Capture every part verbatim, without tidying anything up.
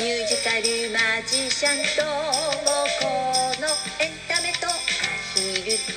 ミュージカルマジシャンともこのエンタメとアヒルと。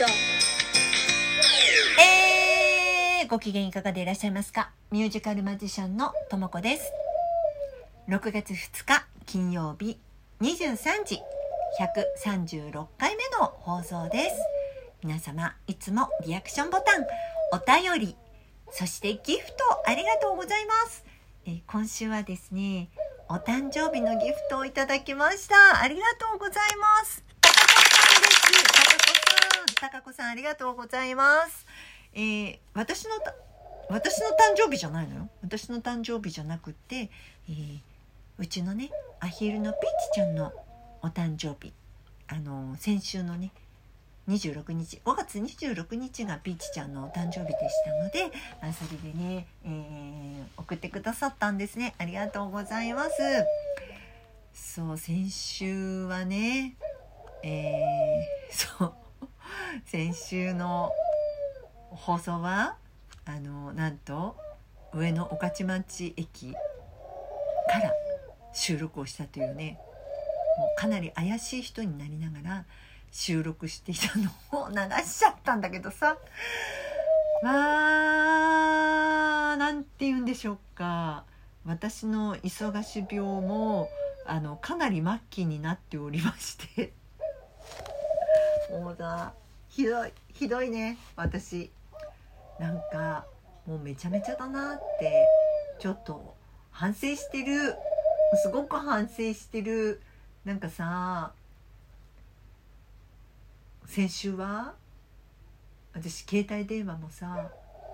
えー、ご機嫌いかがでいらっしゃいますか。ミュージカルマジシャンのともこです。ろくがつふつか金曜日にじゅうさんじひゃくさんじゅうろっかいめの放送です。皆様いつもリアクションボタン、お便り、そしてギフトありがとうございます。えー、今週はですね、お誕生日のギフトをいただきました。ありがとうございます。たかこさんです。たかこさん、たかこさんありがとうございます。えー、私のた私の誕生日じゃないのよ。私の誕生日じゃなくて、えー、うちのねアヒルのピーチちゃんのお誕生日、あのー、先週のねにじゅうろくにち、ごがつにじゅうろくにちがピーチちゃんのお誕生日でしたので、あそれでね、えー、送ってくださったんですね。ありがとうございます。そう、先週はね、えー、そう先週の放送はあのなんと上野御徒町駅から収録をしたというね、もうかなり怪しい人になりながら収録していたのを流しちゃったんだけどさ、まあなんて言うんでしょうか、私の忙し病もあのかなり末期になっておりましてもうさひどいひどいね。私なんかもうめちゃめちゃだなってちょっと反省してる。すごく反省してる。なんかさ、先週は私携帯電話もさ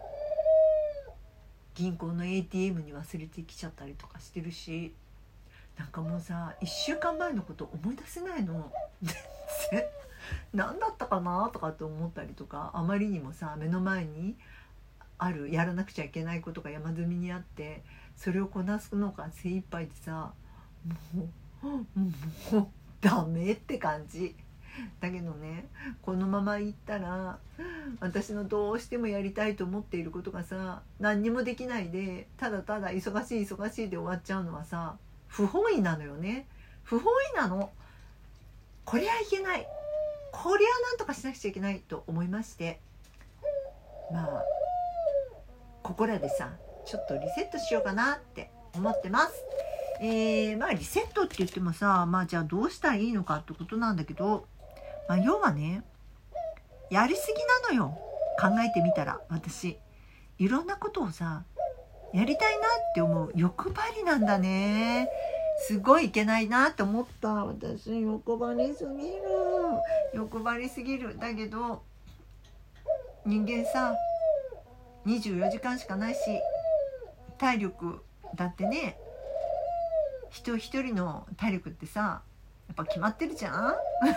銀行の エーティーエム に忘れてきちゃったりとかしてるし、なんかもうさいっしゅうかんまえのこと思い出せないの全然何だったかなとかって思ったりとか、あまりにもさ目の前にあるやらなくちゃいけないことが山積みにあって、それをこなすのが精一杯でさ、もうもうダメって感じだけどね、このままいったら私のどうしてもやりたいと思っていることがさ何にもできないで、ただただ忙しい忙しいで終わっちゃうのはさ不本意なのよね。不本意なの。こりゃいけない、こりゃなんとかしなくちゃいけないと思いまして、まあここらでさちょっとリセットしようかなって思ってます。えー、まあリセットって言ってもさ、まあじゃあどうしたらいいのかってことなんだけど、まあ要はね、やりすぎなのよ。考えてみたら私いろんなことをさやりたいなって思う欲張りなんだね。すごいいけないなって思った。私欲張りすぎる欲張りすぎる。だけど人間さにじゅうよじかんしかないし、体力だってね、人一人の体力ってさやっぱ決まってるじゃん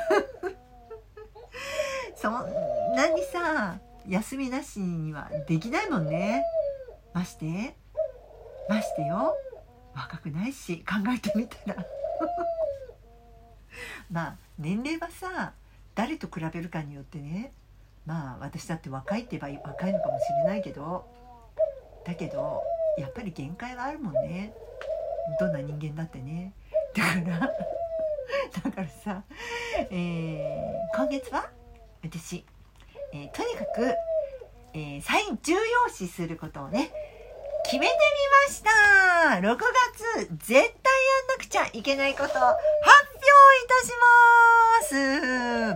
そんなにさ休みなしにはできないもんね。ましてましてよ若くないし、考えてみたらまあ年齢はさ誰と比べるかによってね、まあ私だって若いって言えば若いのかもしれないけど、だけどやっぱり限界はあるもんね、どんな人間だってね。だからだからさ、えー、今月は私、えー、とにかく、えー、最重要視することをね決めてみました。ろくがつ絶対やんなくちゃいけないことを発表いたします。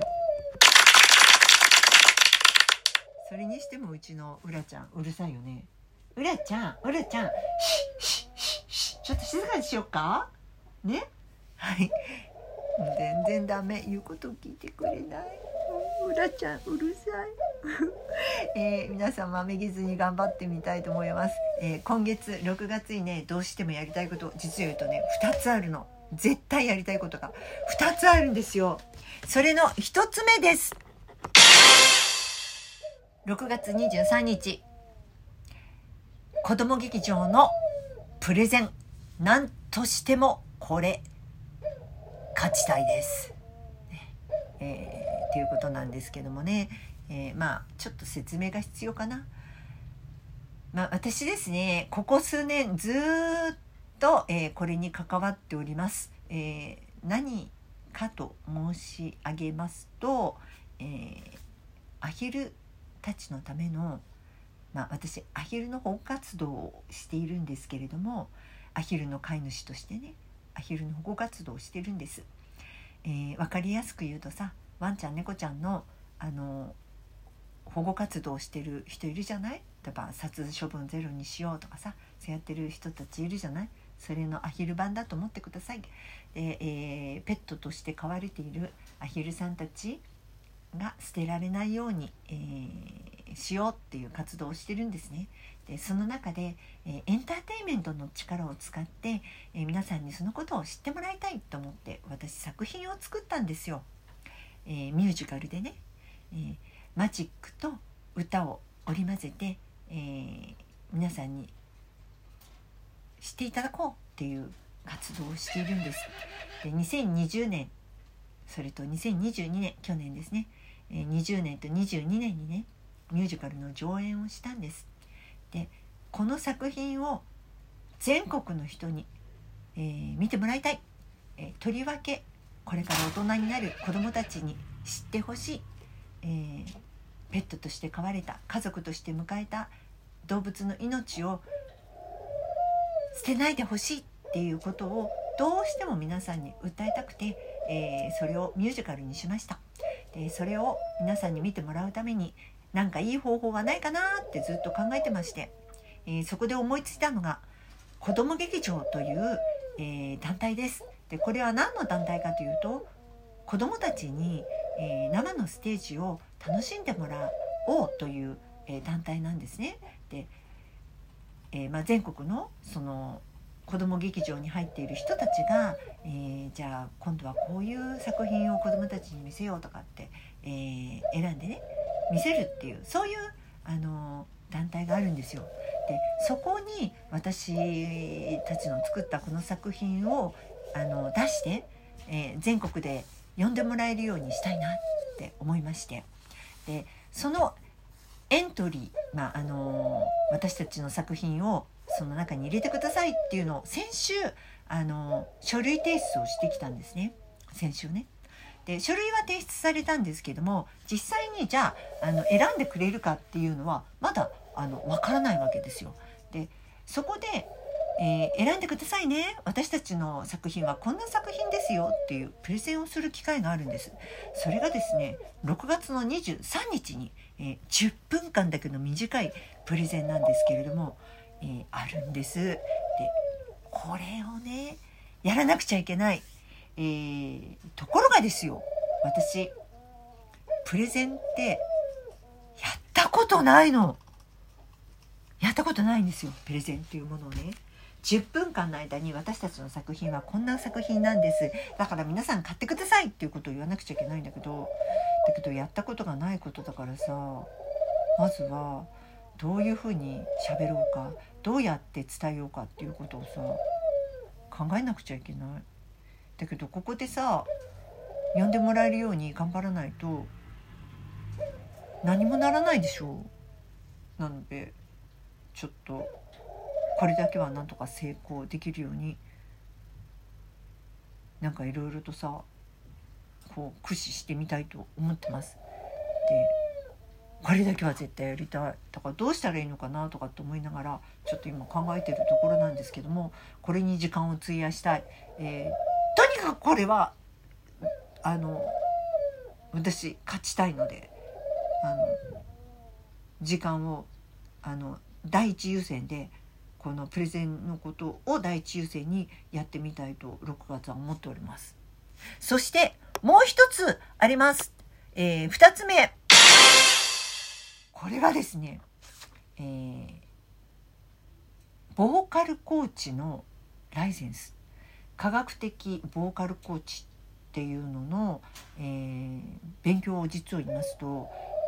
それにしてもうちのうらちゃんうるさいよね。うらちゃんうらちゃんシッシッシッシッ、ちょっと静かにしよっかね。はい全然ダメ、言うことを聞いてくれない。うらちゃんうるさい、えー、皆さんまめげずに頑張ってみたいと思います。えー、今月ろくがつにねどうしてもやりたいこと、実を言うとねふたつあるの。絶対やりたいことがふたつあるんですよ。それのひとつめです。ろくがつにじゅうさんにち子ども劇場のプレゼン、なんとしてもこれ勝ちたいです、えー、ということなんですけどもね、えー、まあちょっと説明が必要かな。まあ私ですねここ数年ずっと、えー、これに関わっております。えー、何かと申し上げますと、えー、アヒルたちのための、まあ、私アヒルの保護活動をしているんですけれども、アヒルの飼い主としてね、アヒルの保護活動をしてるんです。えー、分かりやすく言うとさ、ワンちゃん猫ちゃんの、あの保護活動をしてる人いるじゃない。例えば殺処分ゼロにしようとかさ、そうやってる人たちいるじゃない。それのアヒル版だと思ってください。で、えー、ペットとして飼われているアヒルさんたちが捨てられないように、えー、しようっていう活動をしてるんですね。でその中で、えー、エンターテインメントの力を使って、えー、皆さんにそのことを知ってもらいたいと思って私作品を作ったんですよ。えー、ミュージカルでね、えー、マジックと歌を織り交ぜて、えー、皆さんに知っていただこうっていう活動をしているんです。でにせんにじゅうねん、それとにせんにじゅうにねん、去年ですね、えー、にじゅうねんとにじゅうにねんにねミュージカルの上演をしたんです。でこの作品を全国の人に、えー、見てもらいたい、えー、とりわけこれから大人になる子どもたちに知ってほしい、えー、ペットとして飼われた、家族として迎えた動物の命を捨てないでほしいっていうことをどうしても皆さんに訴えたくて、えー、それをミュージカルにしました。でそれを皆さんに見てもらうためになんかいい方法はないかなってずっと考えてまして、えー、そこで思いついたのが子ども劇場という、えー、団体です。でこれは何の団体かというと、子どもたちに、えー、生のステージを楽しんでもらおうという、えー、団体なんですね。で、えーまあ、全国のその子ども劇場に入っている人たちが、えー、じゃあ今度はこういう作品を子どもたちに見せようとかって、えー、選んでね見せるっていう、そういうあの団体があるんですよ。でそこに私たちの作ったこの作品をあの出して、えー、全国で呼んでもらえるようにしたいなって思いまして、でそのエントリー、まああのー、私たちの作品をその中に入れてくださいっていうのを先週、あのー、書類提出をしてきたんですね。先週ね。で書類は提出されたんですけども、実際にじゃあ、あの選んでくれるかっていうのはまだあのわからないわけですよ。でそこで、えー、選んでくださいね、私たちの作品はこんな作品ですよっていうプレゼンをする機会があるんです。それがですねろくがつのにじゅうさんにちに、えー、じゅっぷんかんだけの短いプレゼンなんですけれども、えー、あるんです。でこれをねやらなくちゃいけない、えー、ところがですよ、私プレゼンってやったことないの。やったことないんですよ、プレゼンっていうものをね。じゅっぷんかんの間に私たちの作品はこんな作品なんです、だから皆さん買ってくださいっていうことを言わなくちゃいけないんだけど、だけどやったことがないことだからさ、まずはどういうふうに喋ろうか、どうやって伝えようかっていうことをさ考えなくちゃいけない。だけどここでさ呼んでもらえるように頑張らないと何もならないでしょ。なのでちょっとこれだけはなんとか成功できるようになんかいろいろとさこう駆使してみたいと思ってます。でこれだけは絶対やりたい。だからどうしたらいいのかなとかって思いながらちょっと今考えてるところなんですけども、これに時間を費やしたい。えー、とにかくこれはあの私勝ちたいので、あの時間をあの第一優先でこのプレゼンのことを第一優先にやってみたいとろくがつは思っております。そしてもう一つあります。えー、ふたつめ、これはですね、えー、ボーカルコーチのライセンス、科学的ボーカルコーチっていうのの、えー、勉強を実を言いますと、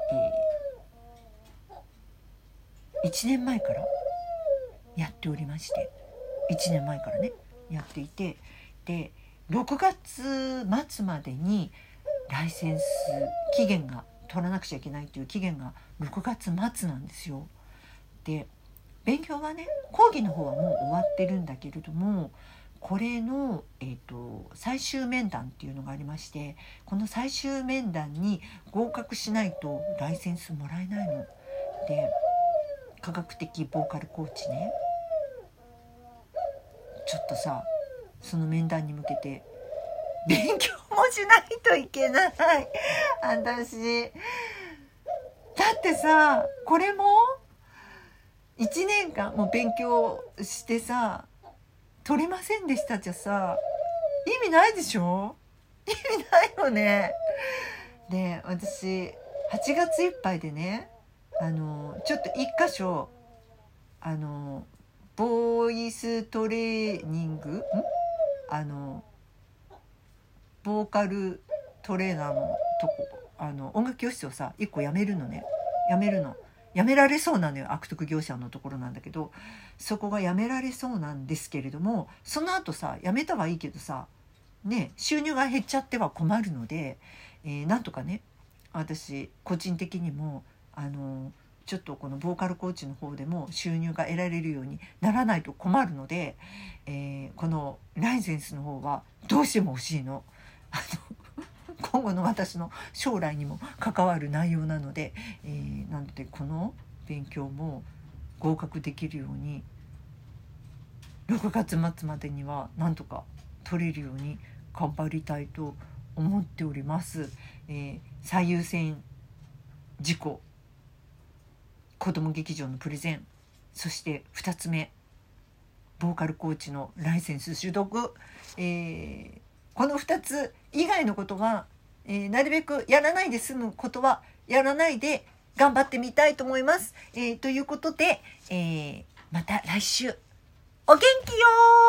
えー、いちねんまえからやっておりまして、いちねんまえからねやっていて、でろくがつまつまでにライセンス期限が取らなくちゃいけないという期限がろくがつまつなんですよ。で勉強はね、講義の方はもう終わってるんだけれども、これの、えーと、最終面談っていうのがありまして、この最終面談に合格しないとライセンスもらえないので、科学的ボーカルコーチね、ちょっとさ、その面談に向けて勉強もしないといけない私だってさ、これもいちねんかんも勉強してさ取れませんでしたじゃさ、意味ないでしょ。意味ないよね。で、私はちがついっぱいでね、あのちょっと一箇所あのボイストレーニングんあのボーカルトレーナーのとこ、あの音楽教室をさ一個辞めるのね。辞めるの辞められそうなのよ。悪徳業者のところなんだけど、そこが辞められそうなんですけれども、その後さ、辞めたはいいけどさね、収入が減っちゃっては困るので、えー、なんとかね、私個人的にもあのちょっとこのボーカルコーチの方でも収入が得られるようにならないと困るので、えー、このライセンスの方はどうしても欲しいの。あの今後の私の将来にも関わる内容なので、えー、なのでこの勉強も合格できるようにろくがつ末までにはなんとか取れるように頑張りたいと思っております。えー、最優先事項、子ども劇場のプレゼン、そしてふたつめボーカルコーチのライセンス取得、えー、このふたつ以外のことは、えー、なるべくやらないで済むことはやらないで頑張ってみたいと思います。えー、ということで、えー、また来週お元気よー。